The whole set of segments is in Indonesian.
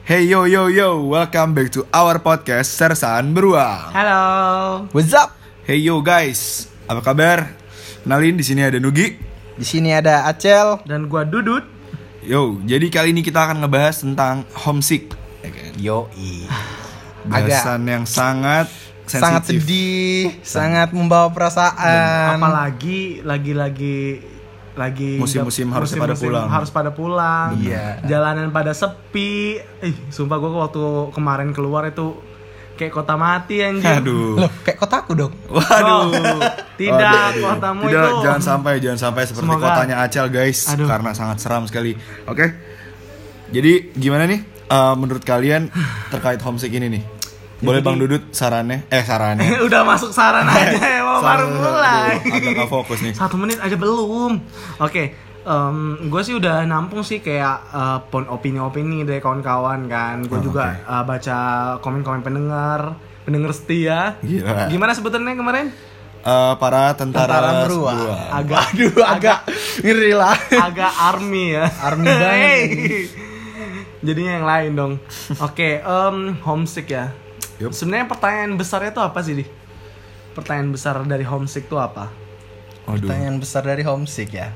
Hey yo yo yo, welcome back to our podcast Sersan Beruang. Halo. What's up? Hey yo guys, apa kabar? Kenalin, di sini ada Nugi. Di sini ada Acel. Dan gua Dudut. Yo, jadi kali ini kita akan ngebahas tentang homesick. Yoi. Bahasan yang sangat sensitif. Sangat sedih, sangat membawa perasaan. Apalagi lagi Musim-musim harus pada pulang. Iya. Jalanan pada sepi. Sumpah gua waktu kemarin keluar itu kayak kota mati anjir. Aduh. Loh, kayak kotaku dong. Waduh. Tidak, Aduh. kotamu Tidak, itu. jangan sampai seperti Semoga. kotanya Acel guys. Aduh. Karena sangat seram sekali. Oke. Jadi gimana nih menurut kalian terkait homesick ini nih? Boleh Bang Dudut sarannya? Sarannya. Udah masuk saran aja, mau baru mulai. Agak gak fokus nih. 1 menit aja belum. Oke. Gue sih udah nampung sih kayak opini-opini dari kawan-kawan kan. Gue juga baca komen-komen pendengar setia. Gila. Gimana sebutannya kemarin? Para tentara beruang. Agak Ngeri lah. agak army ya. Army banget. Hey. Jadinya yang lain dong. Oke, homesick ya. Yup. Sebenarnya pertanyaan besarnya tuh apa sih, Di? Pertanyaan besar dari homesick tuh apa? Waduh. Pertanyaan besar dari homesick ya.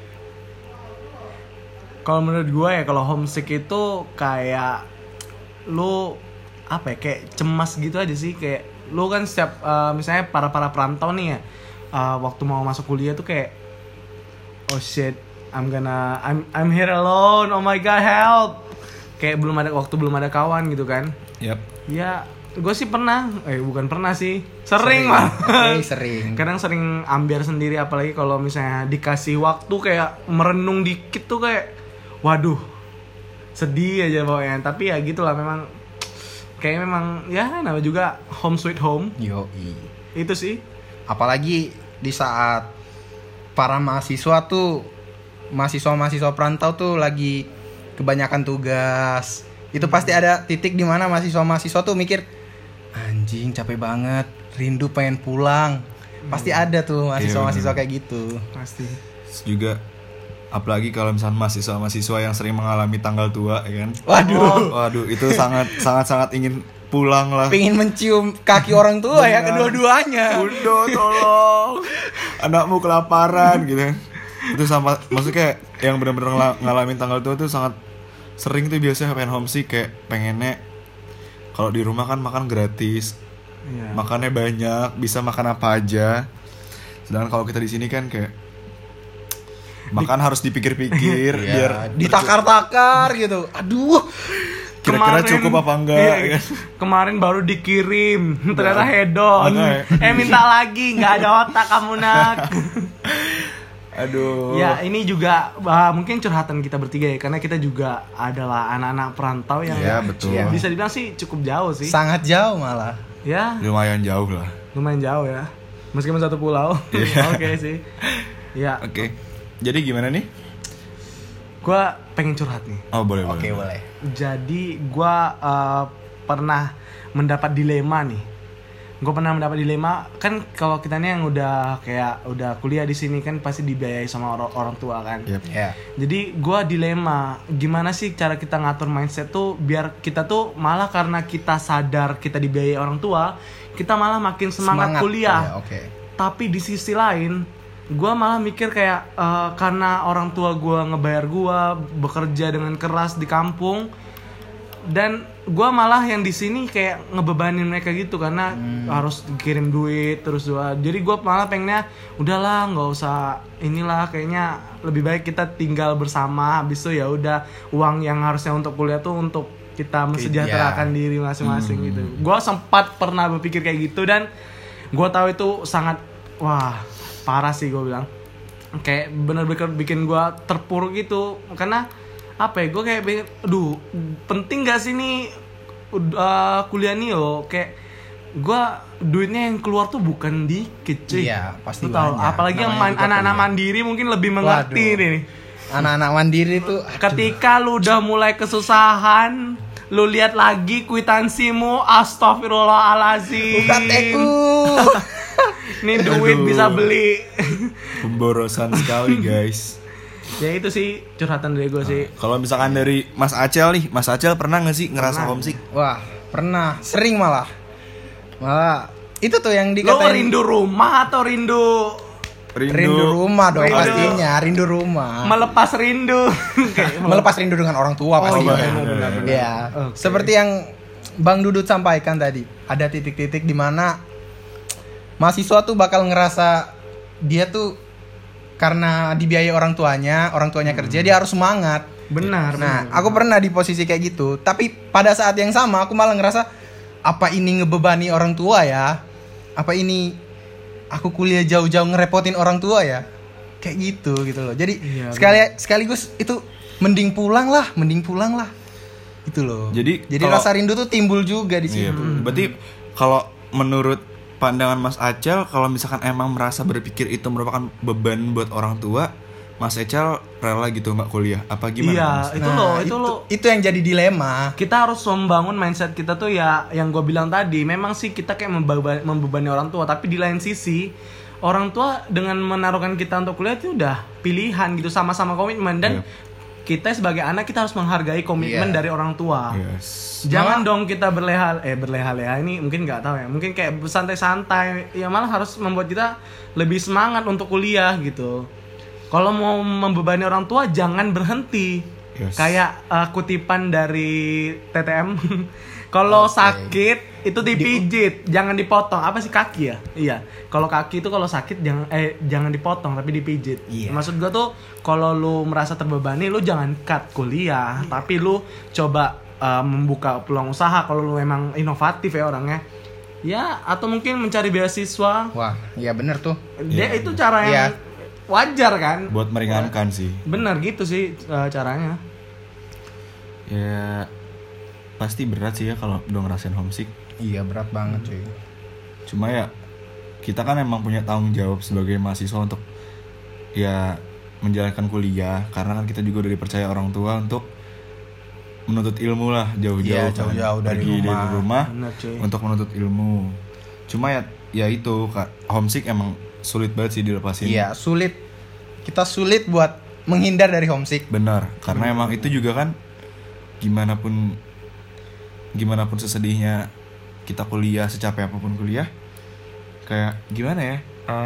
Kalau menurut gue ya, kalau homesick itu kayak lu apa ya, kayak cemas gitu aja sih. Kayak lu kan setiap misalnya para perantau nih ya, waktu mau masuk kuliah tuh kayak oh shit, I'm here alone, oh my god help. Kayak belum ada kawan gitu kan. Yap. Ya gue sih bukan pernah sih, sering mah. Sering. Kadang sering ambiar sendiri, apalagi kalau misalnya dikasih waktu kayak merenung dikit tuh kayak waduh, sedih aja pokoknya. Tapi ya gitulah, memang kayak memang ya namanya juga home sweet home. Yoi. Itu sih. Apalagi di saat para mahasiswa perantau tuh lagi kebanyakan tugas. Itu pasti ada titik di mana mahasiswa tuh mikir, anjing capek banget, rindu pengen pulang. Pasti ada tuh mahasiswa kayak gitu. Pasti. Juga apalagi kalau misalnya mahasiswa yang sering mengalami tanggal tua ya kan. Waduh, itu sangat ingin pulang lah. Pengen mencium kaki orang tua ya, kedua-duanya. Udah tolong. Anakmu kelaparan gitu. Itu sama, maksudnya kayak yang benar-benar ngalamin tanggal tua tuh sangat sering tuh biasanya pengen homesick, kayak pengennya kalau di rumah kan makan gratis. Iya. Makannya banyak, bisa makan apa aja. Sedangkan kalau kita di sini kan kayak makan harus dipikir-pikir biar ditakar-takar gitu. Aduh. Kira-kira cukup apa enggak Iya, kan? Kemarin baru dikirim, ternyata hedon. Minta lagi, nggak ada otak kamu nak. Aduh. Ya ini juga mungkin curhatan kita bertiga ya, karena kita juga adalah anak-anak perantau yang Iya, betul. bisa dibilang sih cukup jauh sih. Sangat jauh malah. Ya Lumayan jauh lah. lumayan jauh ya, meskipun satu pulau. Iya. Oke sih. Ya, Oke. Jadi gimana nih? gue pengen curhat nih. Oh, boleh. Oke, boleh. Jadi gue pernah mendapat dilema nih. Kan kalau kita nih yang udah kuliah di sini kan pasti dibiayai sama orang tua kan. Yep. Ya. Jadi gue dilema, gimana sih cara kita ngatur mindset tuh biar kita tuh malah karena kita sadar kita dibiayai orang tua, kita malah makin semangat kuliah. Ya, oke. Tapi di sisi lain, gue malah mikir kayak karena orang tua gue ngebayar gue bekerja dengan keras di kampung, dan gue malah yang di sini kayak ngebebanin mereka gitu karena harus kirim duit terus jadi gue malah pengennya udahlah nggak usah inilah, kayaknya lebih baik kita tinggal bersama, habis itu ya udah uang yang harusnya untuk kuliah tuh untuk kita mensejahterakan diri masing-masing gitu. Gue sempat pernah berpikir kayak gitu, dan gue tahu itu sangat parah sih, gue bilang kayak bener-bener bikin gue terpuruk gitu. Karena apa ya, gue kayak penting gak sih nih kuliah nih yo, kayak gue duitnya yang keluar tuh bukan dikit cuy. Iya, pasti tahu, banyak. apalagi yang anak-anak mandiri mungkin lebih mengerti nih. Anak-anak mandiri tuh Ketika lu udah mulai kesusahan, lu lihat lagi kwitansimu, astagfirullahalazim. bukan teku. Nih duit bisa beli. Pemborosan sekali guys. Ya itu sih curhatan dari gue sih. Kalau misalkan dari Mas Acel nih, Mas Acel pernah nggak sih ngerasa homesick? Wah, pernah, sering malah. Itu tuh yang Lo dikatain rindu rumah atau rindu rindu rumah dong Rindu. pastinya, rindu rumah. melepas rindu? Melepas rindu dengan orang tua pastinya. iya, benar. Ya, Oke. seperti yang Bang Dudut sampaikan tadi, ada titik-titik di mana mahasiswa tuh bakal ngerasa dia tuh karena dibiayai orang tuanya kerja, dia harus semangat. Benar. Nah, aku pernah di posisi kayak gitu, tapi pada saat yang sama aku malah ngerasa apa ini ngebebani orang tua ya? Apa ini aku kuliah jauh-jauh ngerepotin orang tua ya? Kayak gitu loh. Jadi Iya, sekaligus itu mending pulang lah. Itu loh. Jadi kalau- rasa rindu tuh timbul juga di situ. Iya, berarti kalau menurut pandangan Mas Acel, kalau misalkan emang merasa berpikir itu merupakan beban buat orang tua, Mas Acel rela gitu nggak kuliah? Apa gimana? Iya, Mas? itu loh. Itu yang jadi dilema. Kita harus membangun mindset kita tuh ya yang gue bilang tadi. Memang sih kita kayak membebani orang tua, tapi di lain sisi orang tua dengan menaruhkan kita untuk kuliah itu udah pilihan gitu, sama-sama komitmen dan kita sebagai anak kita harus menghargai komitmen dari orang tua. Yes. Jangan dong kita berleha-leha ini mungkin nggak tahu ya. Mungkin kayak santai-santai. Ya malah harus membuat kita lebih semangat untuk kuliah gitu. Kalau mau membebani orang tua jangan berhenti. Yes. Kayak kutipan dari TTM. Kalau sakit itu dipijit, jangan dipotong. Apa sih kaki ya? Iya. Kalau kaki itu kalau sakit jangan dipotong tapi dipijit. Iya. Maksud gua tuh kalau lu merasa terbebani lu jangan cut kuliah, tapi lu coba membuka peluang usaha kalau lu memang inovatif ya orangnya. Ya, atau mungkin mencari beasiswa. Wah, iya bener tuh. Dia itu cara yang Iya. wajar kan? Buat meringankan sih. Bener gitu sih caranya. Ya pasti berat sih ya kalau udah ngerasain homesick. Iya berat banget cuy. Cuma ya kita kan emang punya tanggung jawab sebagai mahasiswa untuk ya menjalankan kuliah, karena kan kita juga udah dipercaya orang tua untuk menuntut ilmu lah jauh-jauh. Iya, kan. jauh-jauh dari Pergi rumah Bener, cuy. untuk menuntut ilmu. Cuma ya itu Kak, homesick emang sulit banget sih dilepasin. Iya, sulit. Kita sulit buat menghindar dari homesick. Benar, karena emang itu juga kan gimana pun sesedihnya kita kuliah, secapek apapun kuliah, kayak gimana ya?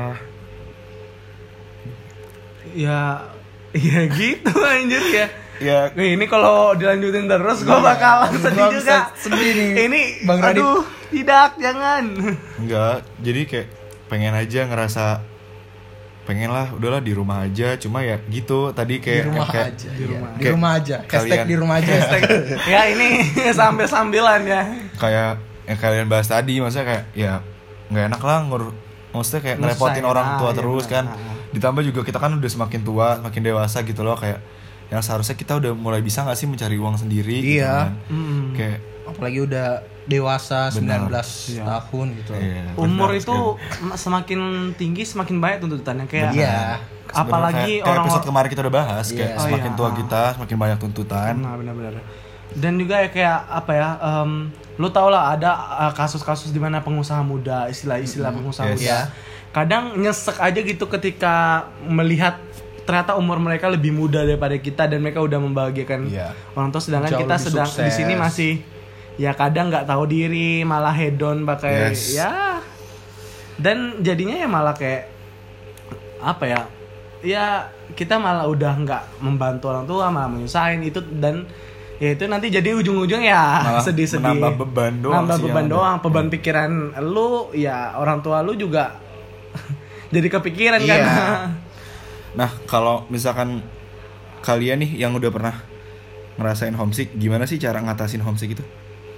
Ya gitu anjir ya. Ya Nih, ini kalau dilanjutin terus gue bakalan sedih Gua juga. bisa sedih nih, Ini Bang Radit. aduh, tidak, jangan. enggak, jadi kayak pengen aja ngerasa pengen lah, udahlah di rumah aja. Cuma ya gitu tadi kayak Di rumah kayak, aja. di Iya. rumah. Di rumah aja. Hashtag Kalian- di rumah aja. Ya ini sambil-sambilan ya. kayak yang kalian bahas tadi, maksudnya kayak ya nggak enak lah maksudnya kayak ngerepotin Nyusahin, orang tua iya terus benar. kan. Ditambah juga kita kan udah semakin tua, semakin dewasa gitu loh, kayak yang seharusnya kita udah mulai bisa nggak sih mencari uang sendiri gitu Iya. kan. Kayak Apalagi udah dewasa Benar. 19 Iya. tahun gitu. iya, Umur benar itu semakin tinggi semakin banyak tuntutannya kayak. Iya. Apalagi kayak orang episode kemarin kita udah bahas kayak Iya. semakin Oh, iya. tua kita semakin banyak tuntutan. Nah, benar-benar. Dan juga ya kayak apa ya? Lu tau lah ada kasus-kasus di mana pengusaha muda, istilah-istilah pengusaha Yes. muda. Iya. Kadang nyesek aja gitu ketika melihat ternyata umur mereka lebih muda daripada kita dan mereka udah membahagiakan Iya. orang tua, sedangkan Jauh kita lebih sedang di sukses. sini masih ya kadang nggak tahu diri, malah hedon pakai Yes. ya. Dan jadinya ya malah kayak apa ya? Ya kita malah udah nggak membantu orang tua, malah menyusahin itu, dan ya itu nanti jadi ujung-ujung ya Malah sedih-sedih. menambah beban doang Nambah sih beban yang ada. doang, beban pikiran lu ya orang tua lu juga jadi kepikiran kan. Iya. Nah, kalau misalkan kalian nih yang udah pernah ngerasain homesick, gimana sih cara ngatasin homesick itu?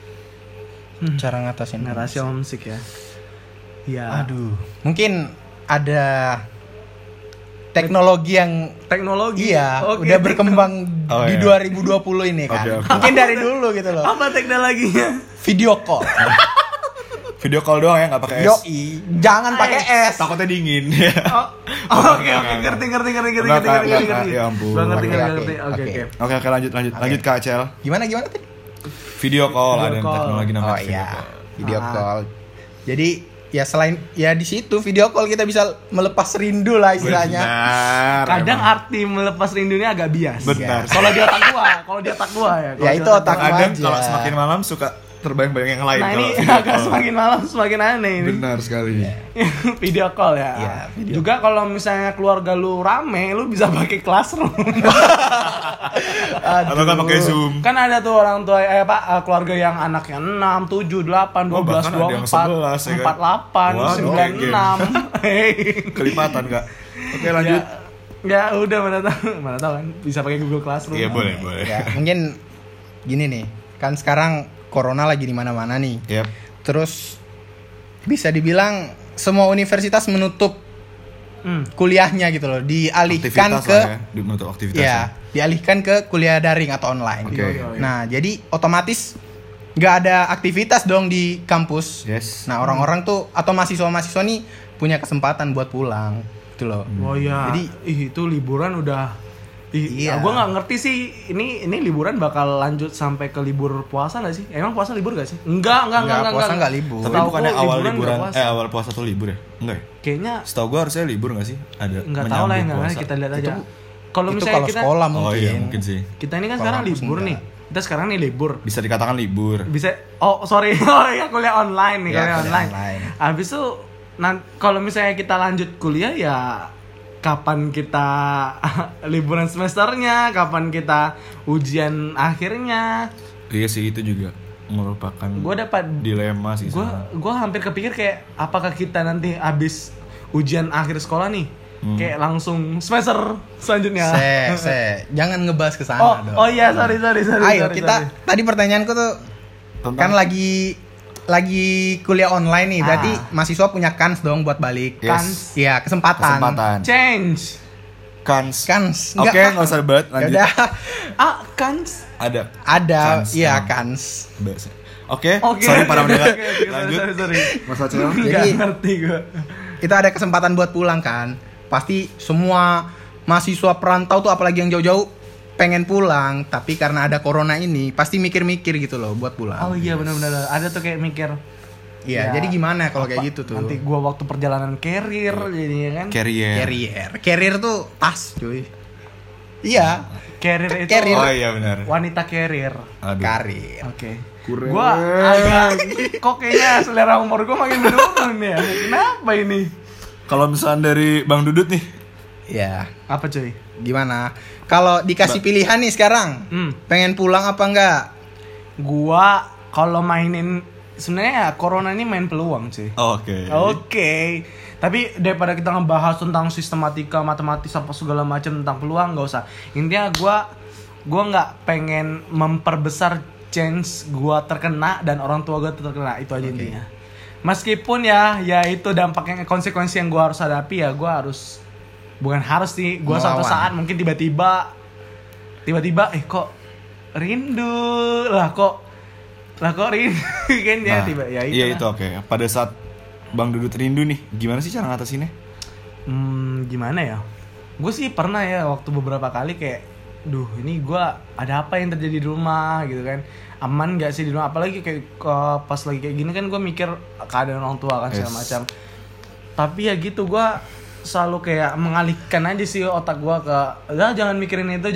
Cara ngatasin Narasi homesick ya. Ya. Aduh, mungkin ada teknologi yang Teknologi. iya Oke, udah berkembang Oh, di iya. 2020 ini kan. Oke, oke. Mungkin dari dulu gitu loh. Apa teknologinya? Video call. Video call doang ya, nggak pakai es. Yoi, jangan pakai es. Takutnya dingin. Oh, oke oke, ngerti. Enggak, Kak. Ya ampun. Gua ngerti. Oke, Oke. Oke, lanjut Kak Acel. Gimana tadi? Video call, Video ada call. teknologi namanya Oh video iya, call. video Ah. call. Jadi ya selain ya di situ video call kita bisa melepas rindu lah istilahnya. Benar. Kadang emang. arti melepas rindunya agak bias. Benar. Kalau di otak gua ya. Kalau Ya di itu otak gua Kadang aja. kalau semakin malam suka terbayang-bayang yang lain. Nah ini kalau video agak call. semakin malam semakin aneh ini. Benar sekali. Video call ya. Iya, video Juga kalau misalnya keluarga lu rame, lu bisa pakai classroom. Atau kan pakai Zoom. Kan ada tuh orang tua keluarga yang anaknya 6, 7, 8, 12, Oh, bahkan ada yang 11, ya kan? 48, Waduh, 96. Hei. Kelipatan, Kak. Oke, lanjut. Ya udah mana tahu kan bisa pakai Google Classroom. Iya, boleh. Ya, mungkin gini nih. Kan sekarang corona lagi di mana-mana nih. Yap. Terus bisa dibilang semua universitas menutup kuliahnya gitu loh, dialihkan Aktivitas ke lah ya, menutup aktivitas. ya, dialihkan ke kuliah daring atau online. Oke. Nah, jadi otomatis nggak ada aktivitas dong di kampus. Yes. Nah, orang-orang tuh atau mahasiswa-mahasiswa nih punya kesempatan buat pulang gitu loh. Oh iya. Jadi itu liburan udah. Iya. Gue nggak ngerti sih ini liburan bakal lanjut sampai ke libur puasa nggak sih? Emang puasa libur gak sih? Enggak. puasa nggak libur. Tapi Setahu bukannya gua awal liburan liburan nggak puasa. awal puasa tuh libur ya? Enggak ya? Kayaknya Setahu gua harusnya libur enggak sih? Ada nggak tahu lah menyambung yang puasa. kita lihat aja. Itu Kalau itu misalnya kalau kita sekolah Oh mungkin. iya, mungkin sih. kita ini kan Kalau sekarang kampus libur enggak. nih. Kita sekarang nih libur. Bisa dikatakan libur. Bisa sorry. Oh ya kuliah online nih, Ya, kuliah kuliah online. online. Habis itu kalau misalnya kita lanjut kuliah ya kapan kita liburan semesternya, kapan kita ujian akhirnya. Iya sih, itu juga merupakan Gue dapat dilema sih. sana. gue hampir kepikir kayak apakah kita nanti habis ujian akhir sekolah nih kayak langsung semester selanjutnya. Jangan ngebahas ke sana dong. Oh iya, sorry. Ayo sorry, kita sorry. tadi pertanyaanku tuh Tentang- kan lagi kuliah online nih, berarti mahasiswa punya kans dong buat balik. Yes. Iya, kesempatan. Change. Kans. Kans. Oke, nggak usah debat. Ya Lanjut. udah. Kans. Ada. Ada, Kans, iya emang. kans. Bahasa. Oke. Oke. Sorry para pendengar. Oke, Lanjut. sorry. Mas Acel. Jadi- Nggak ngerti gue. Itu ada kesempatan buat pulang kan. Pasti semua mahasiswa perantau tuh apalagi yang jauh-jauh pengen pulang, tapi karena ada corona ini pasti mikir-mikir gitu loh buat pulang. Oh iya benar-benar ada tuh kayak mikir. Iya, Ya, jadi gimana kalau kayak apa, gitu tuh? Nanti gua waktu perjalanan carrier jadinya kan. Carrier. Carrier tuh tas, cuy. Iya, Carrier itu Carrier. Oh iya benar. wanita carrier. Aduh. karir. Oke. Keren. Gua agak kok kayaknya selera umur gua makin menurun ya. Kenapa ini? Kalau misalnya dari Bang Dudut nih, Iya. Apa cuy? Gimana? Kalau dikasih pilihan nih sekarang, pengen pulang apa enggak? Gua kalau mainin sebenarnya ya corona ini main peluang cuy. oke. Oke. Tapi daripada kita ngebahas tentang sistematika, matematis apa segala macam tentang peluang nggak usah. Intinya gua nggak pengen memperbesar chance gua terkena dan orang tua gua terkena, itu aja intinya. Meskipun ya itu dampaknya, konsekuensi yang gua harus hadapi ya gua harus bukan harus sih, gua suatu Melawan. saat mungkin tiba-tiba kok rindu kok rindu kan ya Nah, tiba ya iya itulah. itu oke. Pada saat Bang Dudut rindu nih, gimana sih cara ngatasinnya? Gimana ya? Gue sih pernah ya waktu beberapa kali kayak, ini gue ada apa yang terjadi di rumah gitu kan? Aman gak sih di rumah? Apalagi kayak pas lagi kayak gini kan gue mikir keadaan orang tua kan segala Yes. macam. Tapi ya gitu gue selalu kayak mengalihkan aja sih otak gue ke, jangan mikirin itu,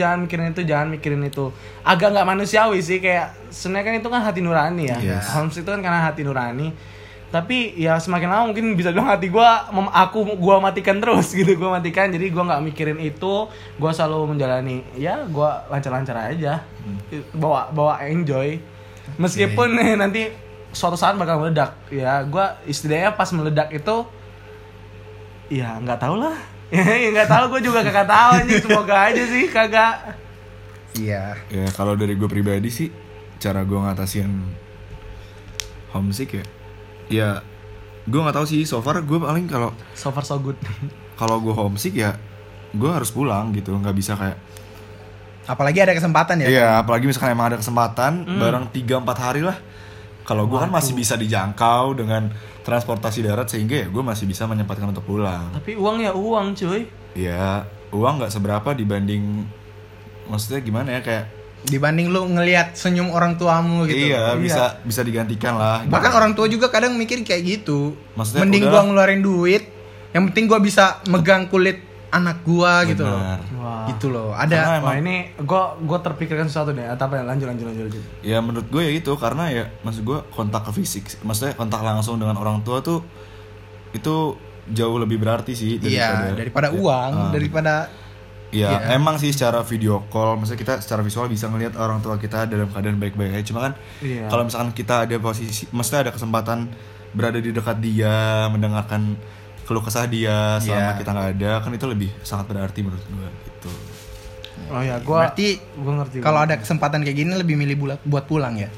agak nggak manusiawi sih, kayak sebenarnya kan itu kan hati nurani ya. Yes. Homes itu kan karena hati nurani. Tapi ya semakin lama mungkin bisa bilang hati gue gue matikan terus gitu, gue matikan, jadi gue nggak mikirin itu, gue selalu menjalani ya gue lancar-lancar aja, bawa enjoy, meskipun nanti suatu saat bakal meledak ya. Gue istilahnya pas meledak itu ya nggak tahu lah. Ya nggak tahu, gue juga kagak tahu anjing, semoga aja sih kagak. Iya. Ya kalau dari gue pribadi sih, cara gue ngatasin homesick ya gue nggak tahu sih. So far gue paling kalau So far so good. gue homesick ya gue harus pulang gitu, nggak bisa kayak Apalagi ada kesempatan ya. iya, apalagi misalkan emang ada kesempatan bareng 3-4 hari lah. Kalau gue kan masih bisa dijangkau dengan transportasi darat, sehingga ya gue masih bisa menyempatkan untuk pulang. Tapi uang ya uang cuy. Ya uang nggak seberapa dibanding, maksudnya gimana ya, kayak dibanding lu ngelihat senyum orang tuamu gitu. Iya, bisa digantikan lah. Bahkan orang tua juga kadang mikir kayak gitu. Maksudnya mending udah- gua ngeluarin duit, yang penting gua bisa megang kulit anak gua gitu loh. Benar. Wah. Gitu loh. Karena Ada emang- Wah ini gue terpikirkan sesuatu deh. Apa ya? Lanjut. Ya menurut gue ya itu, karena ya maksud gue kontak ke fisik, maksudnya kontak langsung dengan orang tua tuh itu jauh lebih berarti sih daripada uang, daripada Iya, emang sih secara video call, maksudnya kita secara visual bisa ngelihat orang tua kita dalam keadaan baik-baik aja. Cuma kan Iya. kalau misalkan kita ada posisi, maksudnya ada kesempatan berada di dekat dia, mendengarkan keluh kesah dia selama Iya. kita nggak ada, kan itu lebih sangat berarti menurut gue gitu. Oh ya, gue berarti ngerti. kalau ada kesempatan kayak gini lebih milih buat pulang ya.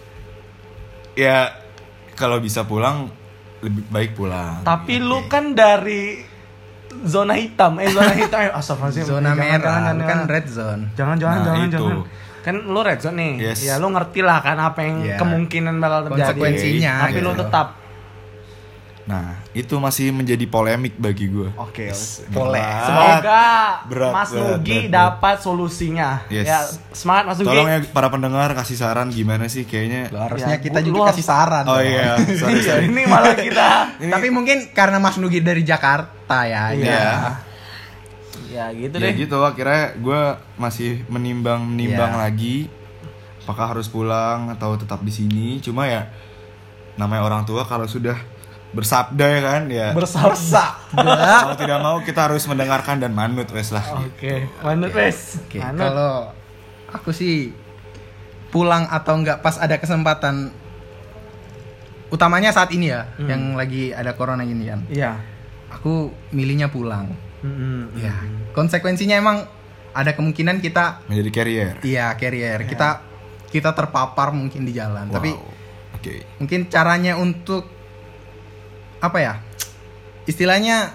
Ya kalau bisa pulang lebih baik pulang. Tapi lu kan dari zona hitam, astagfirullahaladzim. Zona merah, jangan, kan red zone. Jangan. Nah, itu. Kan lu red zone nih. Yes. Ya lu ngerti lah kan apa yang Iya. kemungkinan bakal terjadi. Konsekuensinya Tapi lu gitu. tetap. Nah itu masih menjadi polemik bagi gue. Oke. Boleh. Semoga Berat, Mas berat, Nugi berat. dapat solusinya. Yes. Ya, semangat Mas Nugi. Tolong ya para pendengar kasih saran gimana sih kayaknya. Loh, harusnya Ya, kita lu juga harus- kasih saran. Oh dong. iya, sorry. Iya, ini malah kita. Tapi mungkin karena Mas Nugi dari Jakarta ya. Iya. ya. Ya gitu Ya deh. gitu, akhirnya gue masih menimbang Iya. lagi apakah harus pulang atau tetap di sini. Cuma ya namanya orang tua kalau sudah bersabda ya kan ya. Bersabda. Mau tidak mau kita harus mendengarkan dan manut wes lah. Oke, manut wes. Oke, Manut. kalau aku sih pulang atau enggak pas ada kesempatan, utamanya saat ini ya, yang lagi ada corona gini kan, Iya. aku milihnya pulang. Mm-mm. Ya, konsekuensinya emang ada kemungkinan kita, Menjadi carrier. iya carrier, kita terpapar mungkin di jalan. Wow. Tapi Oke. mungkin caranya untuk apa ya, istilahnya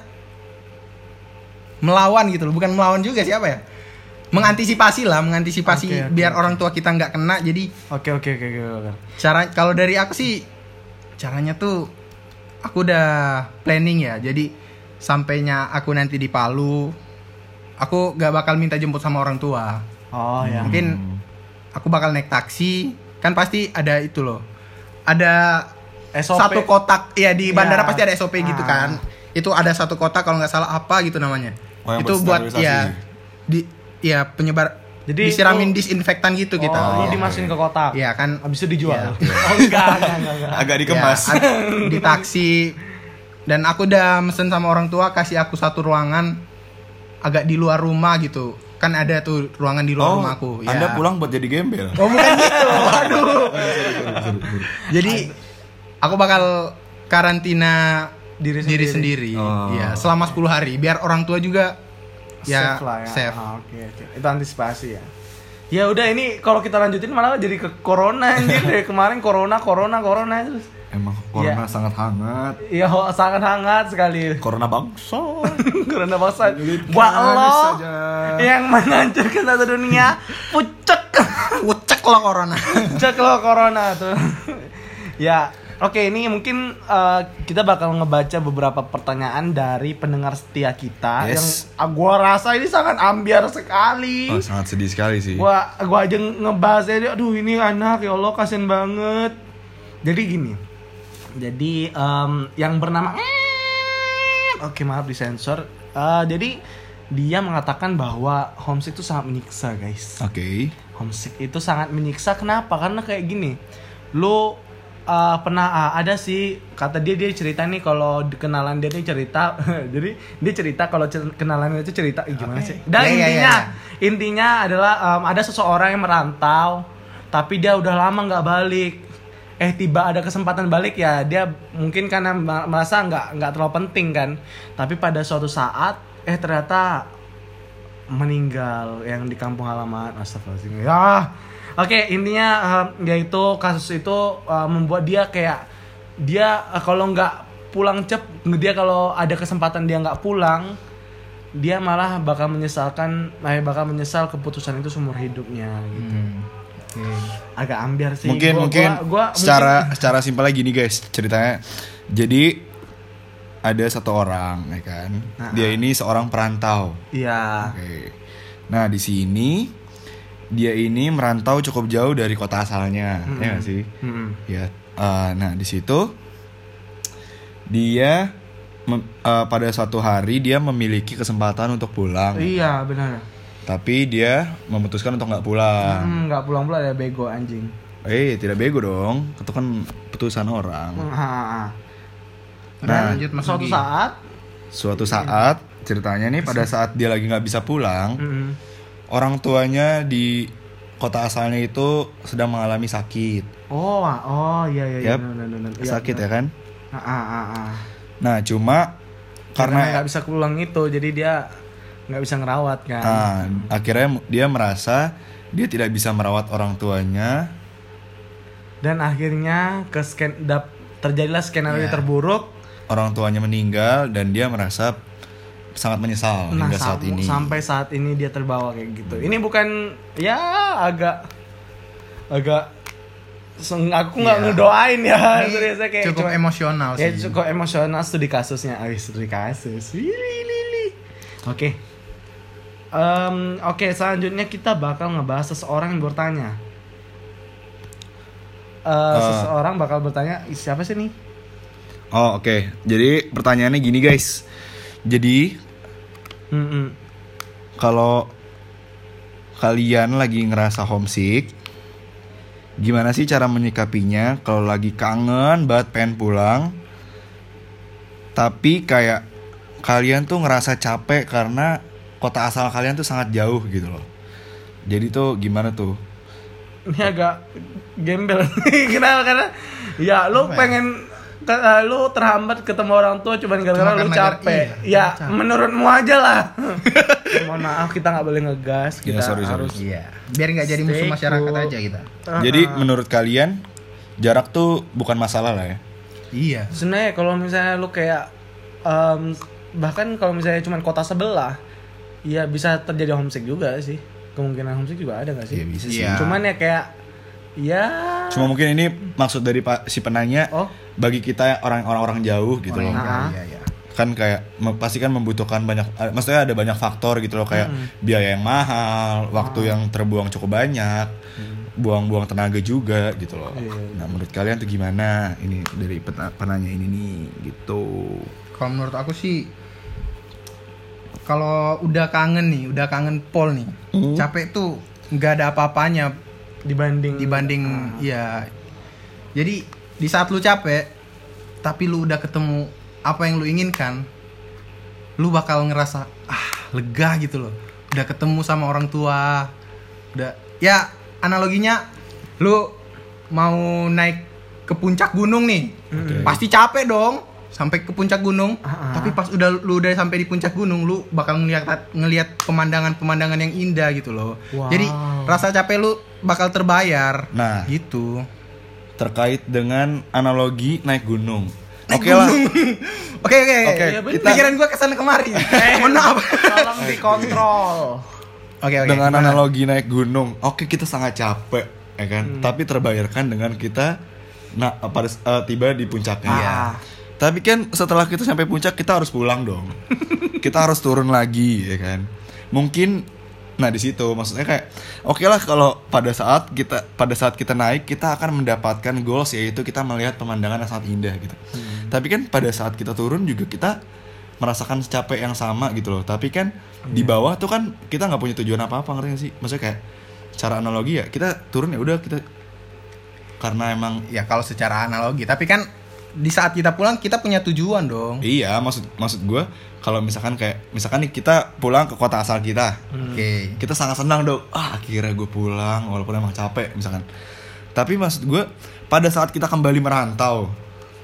melawan gitu loh, bukan melawan juga siapa ya, mengantisipasi Oke. biar orang tua kita nggak kena. Jadi Oke. cara kalau dari aku sih caranya tuh aku udah planning ya. Jadi sampainya aku nanti di Palu, aku gak bakal minta jemput sama orang tua. Oh ya. Mungkin aku bakal naik taksi, kan pasti ada itu loh, ada SOP. satu kotak ya di bandara Iya. pasti ada SOP gitu kan. Itu ada satu kotak kalau nggak salah apa gitu namanya. Oh, yang itu buat buat ya penyebar. Jadi disiramin itu- disinfektan gitu kita. Oh, lu dimasukin ke kotak. Iya kan. Habis itu dijual. Iya. Oh enggak. Agak dikemas. Ya, di taksi. Dan aku udah mesen sama orang tua kasih aku satu ruangan agak di luar rumah gitu. Kan ada tuh ruangan di luar Oh, rumahku. Ya. Anda pulang buat jadi gembel. Oh bukan gitu. Waduh. Jadi aku bakal karantina Diri diri sendiri. sendiri. Oh. Ya, selama 10 hari biar orang tua juga ya Safe lah ya. safe. Ah, Oke. Itu antisipasi ya. Ya udah ini kalau kita lanjutin malah jadi ke corona anjir dari kemarin corona terus. Emang corona Iya. sangat hangat. Iya sangat hangat sekali. Corona bangsa. Corona bangsa. Menyulitkan Buat lo saja. yang menghancurkan satu dunia, pucek. Ucek lo corona. Pucek lo corona tuh. Ya, oke ini mungkin kita bakal ngebaca beberapa pertanyaan dari pendengar setia kita Yes. yang gua rasa ini sangat ambiar sekali. Oh, sangat sedih sekali sih. Gua aja ngebahasnya dia, aduh ini anak ya Allah kasian banget. Jadi gini. Jadi yang bernama oke maaf disensor. Jadi dia mengatakan bahwa homesick itu sangat menyiksa guys. Oke. Homesick itu sangat menyiksa kenapa? Karena kayak gini. Lu pernah ada sih kata dia cerita nih kalau kenalan dia cerita jadi dia cerita kalau kenalan itu cerita gimana Oke. sih? Dan Ya. intinya adalah ada seseorang yang merantau tapi dia udah lama nggak balik. Tiba ada kesempatan balik ya dia mungkin karena merasa nggak terlalu penting kan. Tapi pada suatu saat ternyata meninggal yang di kampung halaman. Astagfirullahaladzim. Ya. Oke, intinya yaitu kasus itu membuat dia kayak dia kalau nggak pulang dia kalau ada kesempatan dia nggak pulang dia malah bakal menyesal keputusan itu seumur hidupnya gitu. Agak ambiar sih. Mungkin Gua secara simpelnya gini guys ceritanya. Jadi ada satu orang ya kan. Dia ini seorang perantau. Iya. Oke. Nah, di sini dia ini merantau cukup jauh dari kota asalnya, ya nggak sih? Ya, nah di situ dia pada suatu hari dia memiliki kesempatan untuk pulang, Iya benar. tapi dia memutuskan untuk nggak pulang. Nggak pulang ya bego anjing. Tidak bego dong, itu kan keputusan orang. Nah, lanjut Mas Suatu Ugi. saat Suatu saat ceritanya nih pada saat dia lagi nggak bisa pulang, orang tuanya di kota asalnya itu sedang mengalami sakit. Oh iya. Yap, Benar. sakit ya kan? Ah. Nah cuma Karena karena nggak bisa pulang itu, jadi dia nggak bisa ngerawat kan. akhirnya dia merasa dia tidak bisa merawat orang tuanya. Dan akhirnya terjadilah skenario Iya. terburuk. Orang tuanya meninggal dan dia merasa sangat menyesal hingga saat ini. Sampai saat ini dia terbawa kayak gitu. Ini bukan ya agak aku nggak Iya. ngedoain ya. Ini Seriusnya kayak cukup cuma- emosional Ya sih. cukup emosional studi kasusnya. Studi kasus. Lili. Oke. Oke, selanjutnya kita bakal ngebahas seseorang yang bertanya. Seseorang bakal bertanya, siapa sih nih? Oh oke. Jadi pertanyaannya gini guys. Jadi kalau kalian lagi ngerasa homesick, gimana sih cara menyikapinya kalau lagi kangen banget pengen pulang, tapi kayak kalian tuh ngerasa capek karena kota asal kalian tuh sangat jauh gitu loh. Jadi tuh gimana tuh? Ini agak gembel. Kenapa? Karena ya lu Apa ya? pengen lu terhambat ketemu orang tua cuman gara-gara lu Cuma capek. iya, Ya capek. menurutmu aja lah. Mohon maaf, kita nggak boleh ngegas. Ya, Kita sorry. harus Iya, biar nggak jadi musuh Stay masyarakat cool. aja kita. Jadi menurut kalian jarak tuh bukan masalah lah ya? Iya. Sebenarnya kalau misalnya lu kayak bahkan kalau misalnya cuman kota sebelah, ya bisa terjadi homesick juga sih. Kemungkinan homesick juga ada nggak sih? Iya bisa sih. Iya. Cuman ya kayak ya Cuma mungkin ini maksud dari si penanya Oh. bagi kita orang-orang jauh gitu loh. Iya. Kan kayak pasti kan membutuhkan banyak, maksudnya ada banyak faktor gitu loh, kayak biaya yang mahal, waktu yang terbuang cukup banyak, buang-buang tenaga juga gitu loh. Iya. Nah menurut kalian tuh gimana ini dari penanya ini nih gitu? Kalau menurut aku sih, kalau udah kangen pol nih, capek tuh nggak ada apa-apanya dibanding ya. Jadi di saat lu capek, tapi lu udah ketemu apa yang lu inginkan, lu bakal ngerasa lega gitu loh. Udah ketemu sama orang tua, udah ya analoginya lu mau naik ke puncak gunung nih, pasti capek dong sampai ke puncak gunung. Tapi pas lu udah sampai di puncak gunung, lu bakal ngelihat pemandangan yang indah gitu loh. Wow. Jadi rasa capek lu bakal terbayar. Nah. Gitu. Terkait dengan analogi naik gunung. Naik Oke lah. Oke. Oke, Pikiran gua kesana kemari. Mohon maaf. Tolong dikontrol. Oke. Dengan gimana? analogi naik gunung, oke kita sangat capek, ya kan? Tapi terbayarkan dengan kita pada tiba di puncaknya. Iya. Tapi kan setelah kita sampai puncak kita harus pulang dong. Kita harus turun lagi, ya kan? Mungkin di situ maksudnya kayak oke lah kalau pada saat kita naik kita akan mendapatkan goals, yaitu kita melihat pemandangan yang sangat indah gitu. Tapi kan pada saat kita turun juga kita merasakan capek yang sama gitu loh. Tapi kan di bawah tuh kan kita nggak punya tujuan apa-apa, ngerti gak sih? Maksudnya kayak cara analogi ya kita turun ya udah kita karena emang Ya kalau secara analogi, tapi kan di saat kita pulang kita punya tujuan dong. iya maksud gue kalau misalkan nih kita pulang ke kota asal kita, Oke. kita sangat senang dong, akhirnya gue pulang walaupun emang capek misalkan. Tapi maksud gue pada saat kita kembali merantau,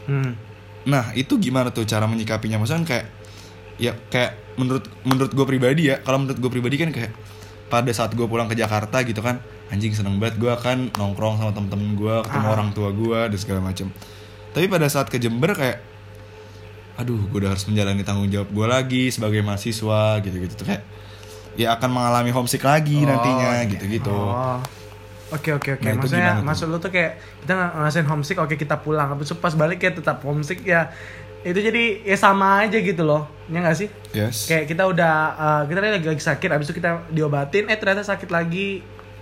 nah itu gimana tuh cara menyikapinya? Maksudnya kayak menurut gue pribadi ya, kalau menurut gue pribadi kan kayak pada saat gue pulang ke Jakarta gitu kan, anjing seneng banget gue akan nongkrong sama temen-temen gue, ketemu orang tua gue dan segala macem. Tapi pada saat ke Jember kayak aduh gue udah harus menjalani tanggung jawab gue lagi sebagai mahasiswa gitu-gitu tuh kayak ya akan mengalami homesick lagi nantinya iya. gitu-gitu. Oh. Oke. Nah, itu Maksudnya gimana tuh? maksud lu tuh kayak kita ngerasain homesick, oke kita pulang. Habis itu pas balik kayak tetap homesick ya. Itu jadi ya sama aja gitu loh. Ya enggak sih? Yes. Kayak kita udah kita lagi sakit, habis itu kita diobatin, ternyata sakit lagi.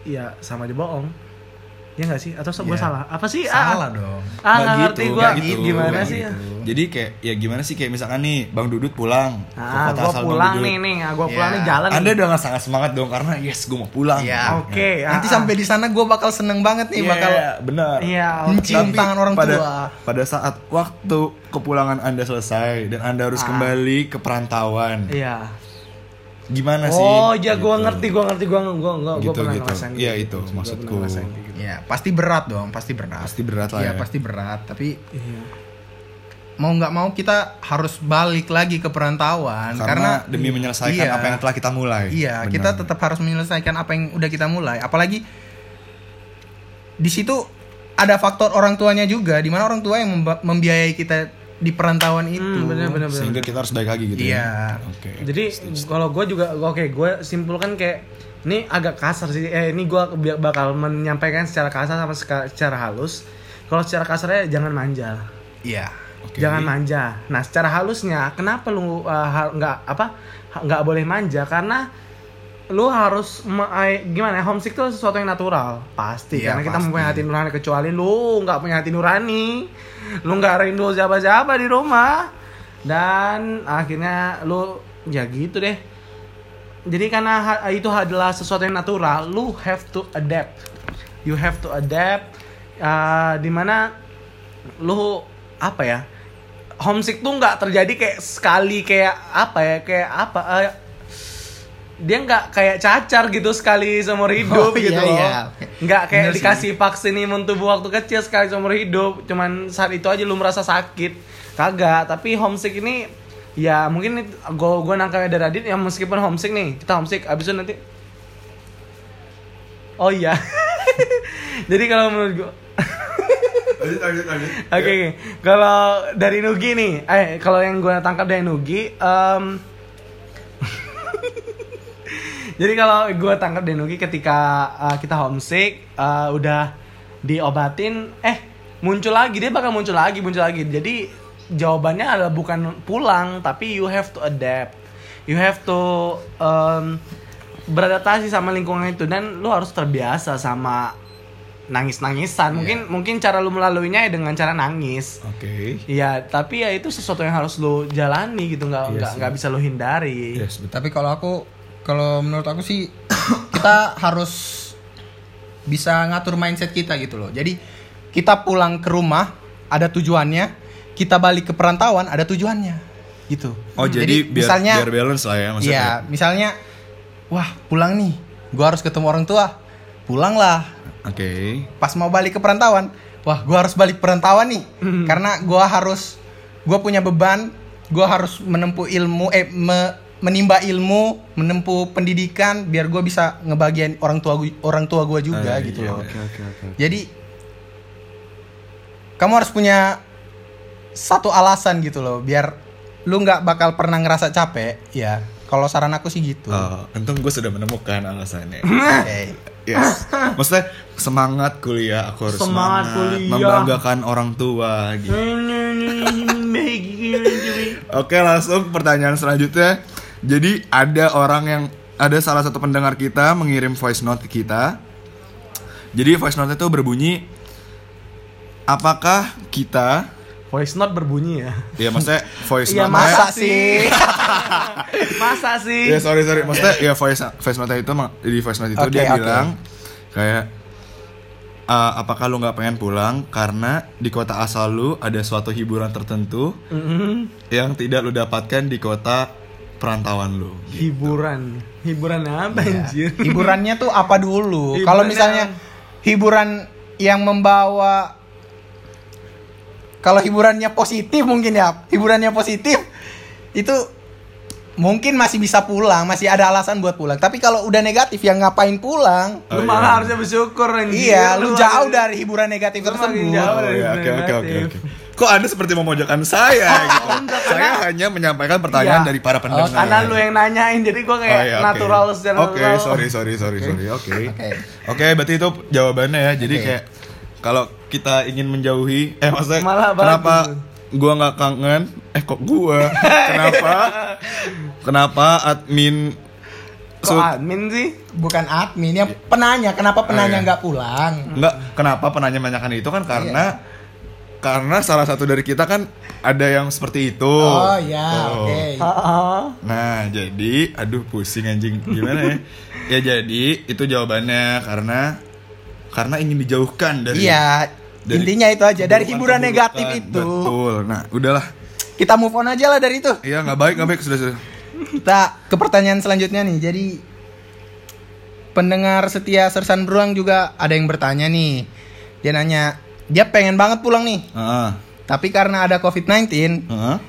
ya sama aja bohong. Ya nggak sih? Atau gue Iya. salah? Apa sih? Salah dong. Nggak ngerti gue nggak gitu, gimana nggak sih? gitu. Jadi kayak ya gimana sih, kayak misalkan nih Bang Dudut pulang ke kota Gue asal pulang Bang Dudut. nih, gue pulang Iya. nih jalan. Anda nih. dengan sangat semangat dong karena yes gue mau pulang. Iya. Oke. Nanti sampai di sana gue bakal seneng banget nih, Iya, bakal benar. Iya. mencium Tapi tangan orang pada, tua. pada saat waktu kepulangan Anda selesai dan Anda harus kembali ke perantauan. Iya. Gimana sih? Oh ya, gue Gitu. ngerti, gue Gitu, pernah gitu. ngerasain. Iya, gitu. itu Gua maksudku. pernah ngerasain kayak gitu. Ya pasti berat dong, pasti berat. Pasti berat lah Iya, ya. pasti berat. Tapi Iya. mau nggak mau kita harus balik lagi ke perantauan Karena demi menyelesaikan Iya. apa yang telah kita mulai. Iya, Benar. kita tetap harus menyelesaikan apa yang udah kita mulai. Apalagi di situ ada faktor orang tuanya juga, di mana orang tua yang membiayai kita di perantauan itu. Bener. Sehingga kita harus balik lagi gitu Iya. ya. Oke. Jadi kalau gue juga gue simpulkan kayak ini agak kasar sih. Ini gue bakal menyampaikan secara kasar sama secara halus. Kalau secara kasarnya jangan manja. Iya. Oke. Jangan manja. Nah, secara halusnya kenapa lu nggak boleh manja? Karena lu harus gimana? Homesick itu sesuatu yang natural, pasti. Iya, Karena kita pasti. mempunyai hati nurani, kecuali lu nggak punya hati nurani, lu nggak rindu siapa-siapa di rumah, dan akhirnya lu ya gitu deh. Jadi karena itu adalah sesuatu yang natural, lu have to adapt. You have to adapt. Dimana lu apa ya? Homesick tuh nggak terjadi kayak sekali dia nggak kayak cacar gitu sekali seumur hidup Oh, gitu iya, loh. iya. Nggak kayak Bener sih. dikasih vaksin imun tubuh waktu kecil sekali seumur hidup. Cuman saat itu aja lu merasa sakit. Kagak, tapi homesick ini ya mungkin gue nangkapnya dari Radit ya, meskipun homesick nih, kita homesick abis itu nanti. Oh iya. Jadi kalau menurut gue Lanjut. Oke. Kalau dari Nugi nih, kalau yang gue tangkap dari Nugi, jadi kalau gue tangkap dari Nugi ketika kita homesick, udah diobatin, muncul lagi, dia bakal muncul lagi. Jadi jawabannya adalah bukan pulang, tapi you have to adapt, you have to beradaptasi sama lingkungan itu, dan lu harus terbiasa sama nangis-nangisan. Mungkin cara lu melaluinya ya dengan cara nangis. Oke. Iya, tapi ya itu sesuatu yang harus lu jalani gitu, nggak bisa lu hindari. Yes, betul. Tapi kalau menurut aku sih kita harus bisa ngatur mindset kita gitu loh. Jadi kita pulang ke rumah ada tujuannya, kita balik ke perantauan ada tujuannya gitu. Oh, jadi biar balance lah ya maksudnya. Iya, misalnya wah, pulang nih, gua harus ketemu orang tua. Pulanglah. Oke. Pas mau balik ke perantauan, wah, gua harus balik perantauan nih. Karena gua punya beban, gua harus menempuh ilmu, menimba ilmu, menempuh pendidikan biar gue bisa ngebagian orang tua gue juga gitu iya, loh. oke. Jadi kamu harus punya satu alasan gitu loh, biar lu nggak bakal pernah ngerasa capek. Ya, kalau saran aku sih gitu. Untung gue sudah menemukan alasannya. Oke. Yes. Maksudnya semangat kuliah, aku harus Semangat kuliah. membanggakan orang tua gitu. Oke, langsung pertanyaan selanjutnya. Jadi ada salah satu pendengar kita mengirim voice note ke kita. Jadi voice note itu berbunyi, apakah kita, Voice note berbunyi ya. ya maksudnya voice Iya, note Masa sih? Masa sih? ya sorry maksudnya ya voice note itu di voice note itu Oke, dia oke. bilang kayak apakah lu nggak pengen pulang karena di kota asal lu ada suatu hiburan tertentu yang tidak lu dapatkan di kota perantauan lu. Hiburan apa anjir? Hiburannya tuh apa dulu? Hiburannya- Kalau misalnya hiburan yang membawa, kalau hiburannya positif mungkin ya, hiburannya positif itu mungkin masih bisa pulang, masih ada alasan buat pulang. Tapi kalau udah negatif, yang ngapain pulang? Lu iya. malah harusnya bersyukur anjir. Iya, lu jauh harus- dari hiburan negatif Lu makin tersebut. jauh. Oh, ya, oke. Negatif. Kok Anda seperti memojokkan saya gitu? Saya hanya menyampaikan pertanyaan Iya. dari para pendengar. Karena lu yang nanyain, jadi gue kayak Oh, iya, oke. natural secara Oke, natural. sorry. Oke. Oke. Oke, berarti itu jawabannya ya. Jadi Oke. kayak kalau kita ingin menjauhi, maksudnya Malah kenapa bagus. gua nggak kangen? Kok gua? Kenapa admin maksud admin sih? Bukan admin, yang penanya. Kenapa penanya nggak pulang? Enggak, kenapa penanya menanyakan itu kan karena salah satu dari kita kan ada yang seperti itu. Oh ya, oke. Nah, jadi aduh pusing anjing. Gimana ya? Ya jadi itu jawabannya karena ingin dijauhkan dari intinya itu aja dari hiburan negatif itu. Betul. Nah, udahlah. Kita move on aja lah dari itu. Iya, nggak baik sudah. Kita ke pertanyaan selanjutnya nih. Jadi pendengar setia Sersan Beruang juga ada yang bertanya nih. Dia nanya, dia pengen banget pulang nih. Tapi karena ada COVID-19,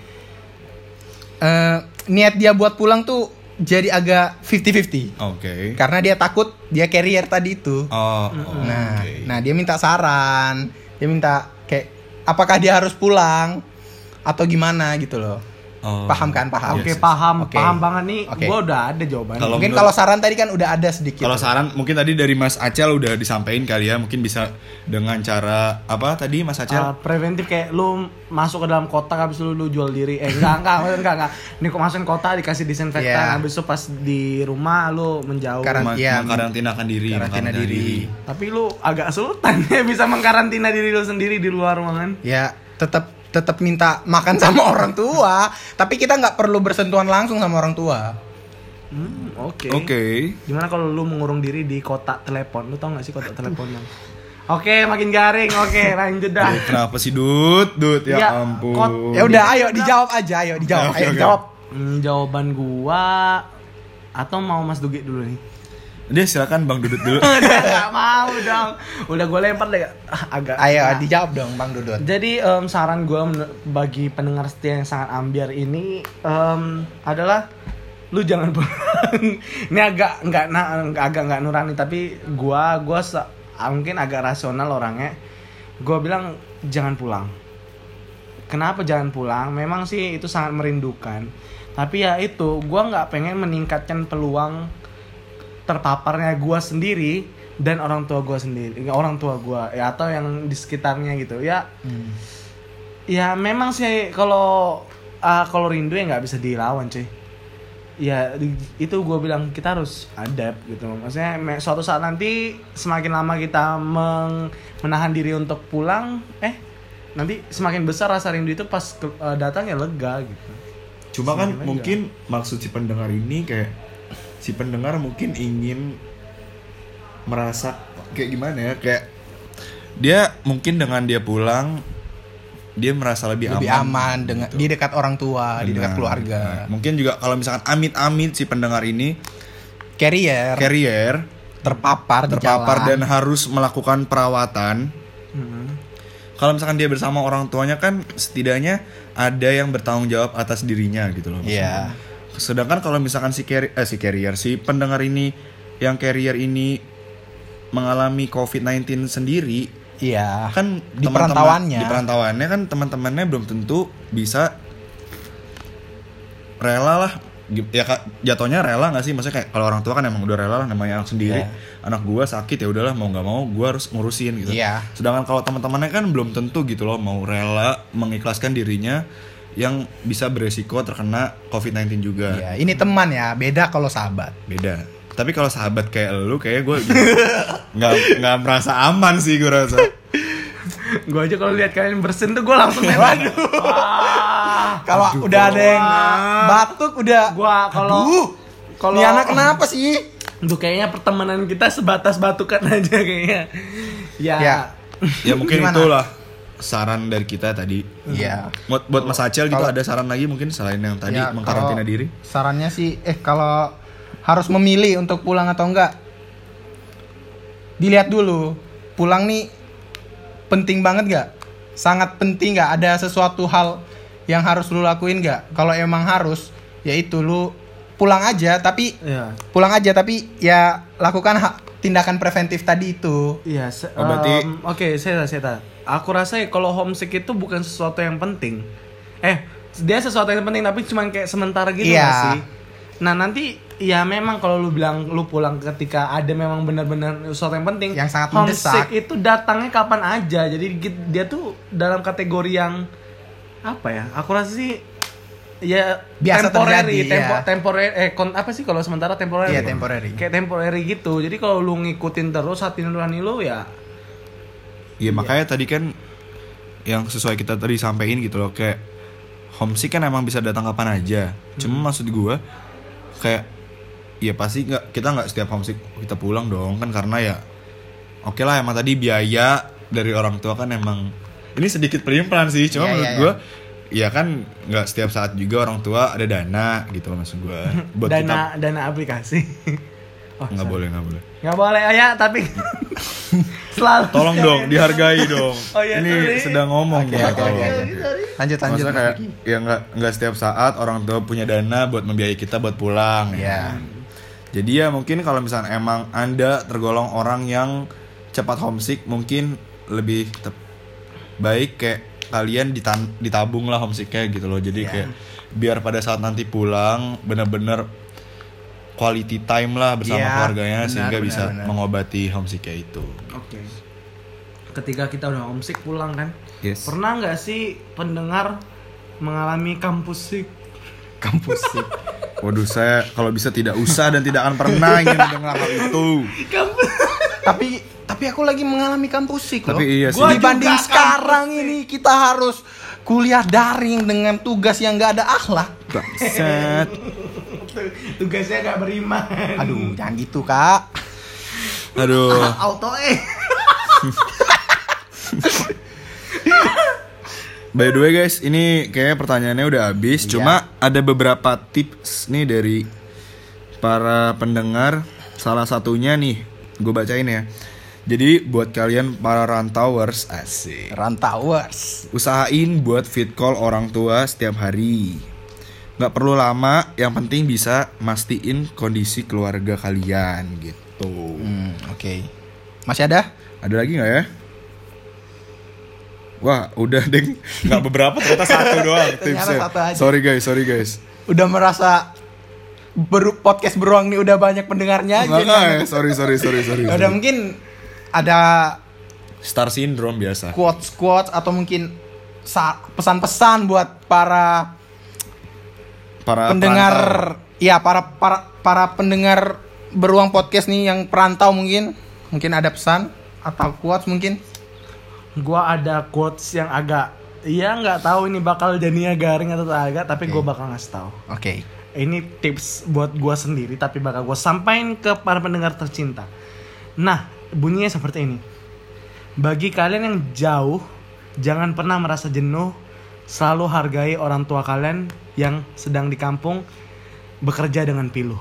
niat dia buat pulang tuh jadi agak 50-50. Oke. Karena dia takut dia carrier tadi itu. Nah, dia minta saran. Dia minta kayak apakah dia harus pulang atau gimana gitu loh. Paham kan? Paham. Oke, paham banget nih. Gua udah ada jawabannya. Mungkin kalau saran tadi kan udah ada sedikit. Kalau saran mungkin tadi dari Mas Acel udah disampaikan kali ya. Mungkin bisa dengan cara apa tadi Mas Acel? Preventif kayak lu masuk ke dalam kotak habis lu jual diri. Enggak. Ini kok masukin kotak dikasih disinfektan habis itu pas di rumah lu menjauh. Mengkarantinakan diri. Tapi lu agak sultan ya bisa mengkarantina diri lu sendiri di luar ruangan. Ya, tetap minta makan sama orang tua, tapi kita nggak perlu bersentuhan langsung sama orang tua. Oke. Gimana kalau lu mengurung diri di kotak telepon? Lu tau nggak sih kotak telepon? Oke, makin garing. Oke, lanjut dah. Kenapa sih Dut? Ya ampun. Ya udah, ayo dijawab aja, dijawab. Jawab. Jawaban gua atau mau Mas Dugi dulu nih? Dia silakan Bang Dudut dulu. Gak mau dong. Udah gue lempar deh agak. Ayo dijawab dong Bang Dudut. Jadi saran gue bagi pendengar setia yang sangat ambiar ini adalah lu jangan pulang. Ini agak nggak nurani tapi gue mungkin agak rasional orangnya. Gue bilang jangan pulang. Kenapa jangan pulang? Memang sih itu sangat merindukan. Tapi ya itu gue nggak pengen meningkatkan peluang terpaparnya gue sendiri dan orang tua gue ya atau yang di sekitarnya gitu ya. Ya memang sih kalau rindu ya nggak bisa dilawan cuy. Ya itu gue bilang kita harus adapt gitu. Maksudnya suatu saat nanti semakin lama kita menahan diri untuk pulang, nanti semakin besar rasa rindu itu pas datang ya lega gitu. Cuma kan mungkin maksud si pendengar ini kayak si pendengar mungkin ingin merasa kayak gimana ya, kayak dia mungkin dengan dia pulang dia merasa lebih aman dengan gitu. di dekat orang tua, di dekat keluarga. Mungkin juga kalau misalkan amit-amit si pendengar ini carrier terpapar dan harus melakukan perawatan. Kalau misalkan dia bersama orang tuanya kan setidaknya ada yang bertanggung jawab atas dirinya gitu loh. Iya. Sedangkan kalau misalkan si pendengar ini yang carrier ini mengalami COVID-19 sendiri, iya, kan di perantauannya kan teman-temannya belum tentu bisa rela lah. Ya jatuhnya rela nggak sih? Maksudnya kayak kalau orang tua kan emang udah rela lah, namanya anak sendiri. Anak gua sakit ya udahlah, mau nggak mau gua harus ngurusin gitu. Sedangkan kalau teman-temannya kan belum tentu gitu loh, mau rela mengikhlaskan dirinya yang bisa beresiko terkena COVID-19 juga. Iya, ini teman ya, beda kalau sahabat. Beda. Tapi kalau sahabat kayak lu, kayak gue nggak merasa aman sih gue rasa. Gue aja kalau lihat kalian bersin tuh gue langsung waduh. Kalau udah ada yang batuk udah. Gua kalau ini anak kenapa sih? Tuh kayaknya pertemanan kita sebatas batukan aja kayaknya. Ya mungkin gimana? Itulah saran dari kita tadi. Iya. Buat Mas Acel gitu ada saran lagi mungkin selain yang tadi mengkarantina diri? Sarannya sih kalau harus memilih untuk pulang atau enggak, dilihat dulu pulang nih penting banget enggak? Sangat penting enggak? Ada sesuatu hal yang harus lu lakuin enggak? Kalau emang harus, yaitu lu pulang aja tapi ya lakukan tindakan preventif tadi itu. Iya, berarti saya aku rasa kalau homesick itu bukan sesuatu yang penting. Dia sesuatu yang penting tapi cuma kayak sementara gitu nggak sih? Nah nanti ya memang kalau lu bilang lu pulang ketika ada memang benar-benar sesuatu yang penting. Yang sangat mendesak. Homesick itu datangnya kapan aja. Jadi dia tuh dalam kategori yang apa ya? Aku rasa sih ya Biasa temporary, terjadi, ya. temporary apa sih kalau sementara temporary? Iya, temporary. Kayak temporary gitu. Jadi kalau lu ngikutin terus hati nurani lu ya Iya makanya tadi kan yang sesuai kita tadi sampein gitu loh, kayak homesick kan emang bisa datang kapan aja. Cuma maksud gue kayak ya pasti kita nggak setiap homesick kita pulang dong kan, karena ya oke lah emang tadi biaya dari orang tua kan emang ini sedikit pelin-pelan sih. Cuma menurut gue ya kan nggak setiap saat juga orang tua ada dana gitu loh, maksud gue buat dana aplikasi. nggak boleh Nggak boleh ya, tapi selalu tolong dong dihargai dong. Oh, iya, Ini sorry. sedang ngomong Oke, tolong. Lanjut Maksudnya Mas kayak Nugi. ya nggak setiap saat orang tua punya dana buat membiayai kita buat pulang. Iya. Jadi ya mungkin kalau misalnya emang Anda tergolong orang yang cepat homesick, mungkin lebih baik kayak kalian ditabung lah homesicknya gitu loh. Jadi kayak biar pada saat nanti pulang bener-bener quality time lah bersama keluarganya, sehingga bisa mengobati homesicknya itu. Oke. Ketika kita udah homesick pulang kan, Yes. pernah nggak sih pendengar mengalami kampus sick? Kampus sih. Waduh, saya kalau bisa tidak usah dan tidak akan pernah ingin mendengar hal itu. Tapi aku lagi mengalami kampus sih loh. Tapi iya sih. Gua Dibanding juga sekarang ini kita harus kuliah daring dengan tugas yang gak ada akhlak. Bangsat. Tugasnya gak beriman. Aduh, jangan gitu kak. Aduh. Auto By the way guys, ini kayaknya pertanyaannya udah habis. Iya. Cuma ada beberapa tips nih dari para pendengar. Salah satunya nih, gue bacain ya. Jadi buat kalian para rantauers, asik, Rantauers. usahain buat fit call orang tua setiap hari. Gak perlu lama, yang penting bisa mastiin kondisi keluarga kalian gitu. Oke. Masih ada? Ada lagi gak ya? Wah, udah deng. Gak beberapa, ternyata satu doang tipsnya. satu aja. Sorry guys. Udah merasa podcast beruang nih udah banyak pendengarnya aja. Nggak, sorry. Udah mungkin ada Star syndrome biasa. quotes atau mungkin pesan-pesan buat para pendengar perantau. ya para pendengar beruang podcast nih yang perantau, mungkin ada pesan atau quotes mungkin. Gua ada quotes yang agak, iya nggak tahu ini bakal jadinya garing atau agak, tapi gue bakal ngasih tahu. Oke. Ini tips buat gua sendiri, tapi bakal gue sampaikan ke para pendengar tercinta. Nah, bunyinya seperti ini. Bagi kalian yang jauh, jangan pernah merasa jenuh. Selalu hargai orang tua kalian yang sedang di kampung bekerja dengan piluh.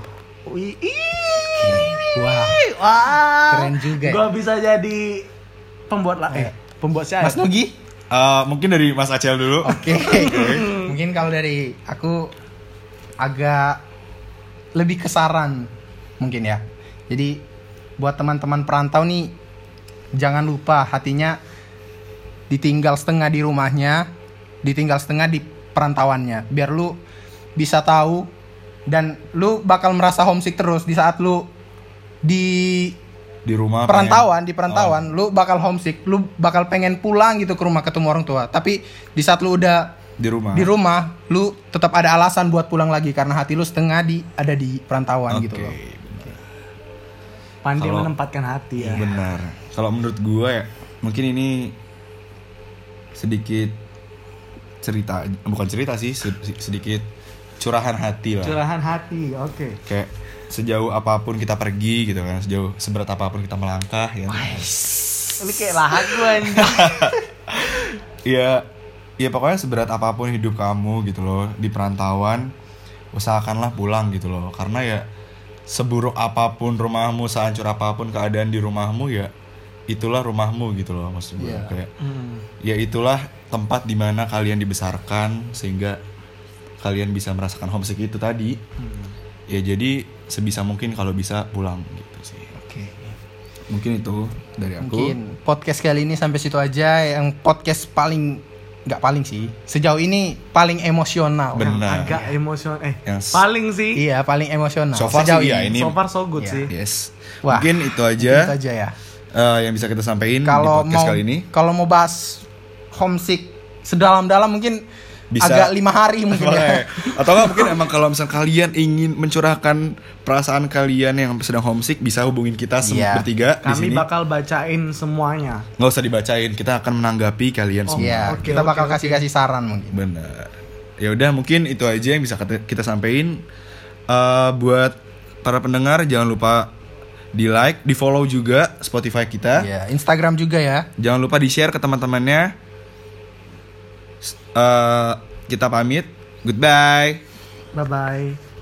Wah, keren juga ya. Gua bisa jadi pembuat pembuat syair. Mas Nugi. Mungkin dari Mas Acel dulu. Oke. Mungkin kalau dari aku agak lebih ke saran mungkin ya. Jadi buat teman-teman perantau nih, jangan lupa hatinya ditinggal setengah di rumahnya, ditinggal setengah di perantauannya. Biar lu bisa tahu dan lu bakal merasa homesick terus di saat lu di rumah perantauan lu bakal homesick, lu bakal pengen pulang gitu ke rumah ketemu orang tua. Tapi di saat lu udah di rumah lu tetap ada alasan buat pulang lagi karena hati lu setengah ada di perantauan gitu loh. Pandai menempatkan hati ya. Benar. Kalau menurut gue ya, mungkin ini sedikit bukan cerita sih, sedikit curahan hati lah. Curahan hati, oke. Kayak sejauh apapun kita pergi gitu kan, seberat apapun kita melangkah ya. Ini kayak lagu anjing. Ya pokoknya seberat apapun hidup kamu gitu loh di perantauan, usahakanlah pulang gitu loh. Karena ya seburuk apapun rumahmu, sehancur apapun keadaan di rumahmu, ya itulah rumahmu gitu loh maksud gue. Kayak ya itulah tempat dimana kalian dibesarkan sehingga kalian bisa merasakan homesick itu tadi. Ya jadi sebisa mungkin kalau bisa pulang gitu sih. Oke. Mungkin itu dari aku. Mungkin podcast kali ini sampai situ aja. Yang podcast nggak paling sih, sejauh ini paling emosional. Benar. Agak emosional. Yang Paling sih. Iya, paling emosional. So far sejauh sih ya, ini. ini So far so good Iya. sih. Yes. Wah, Mungkin itu aja. Itu aja ya. Yang bisa kita sampaikan di Kalau podcast mau kali ini. kalau mau bahas homesick sedalam-dalam mungkin bisa agak 5 hari mungkin ya. atau nggak mungkin emang kalau misal kalian ingin mencurahkan perasaan kalian yang sedang homesick, bisa hubungin kita Iya. bertiga di Kami sini. bakal bacain semuanya. Nggak usah dibacain, kita akan menanggapi kalian semua. Iya, Oke, kita oke, bakal oke. kasih saran mungkin. Benar. Ya udah, mungkin itu aja yang bisa kita sampaikan. Buat para pendengar, jangan lupa di like, di follow juga Spotify kita. Iya, Instagram juga ya. Jangan lupa di share ke teman-temannya. Kita pamit. Goodbye. Bye bye.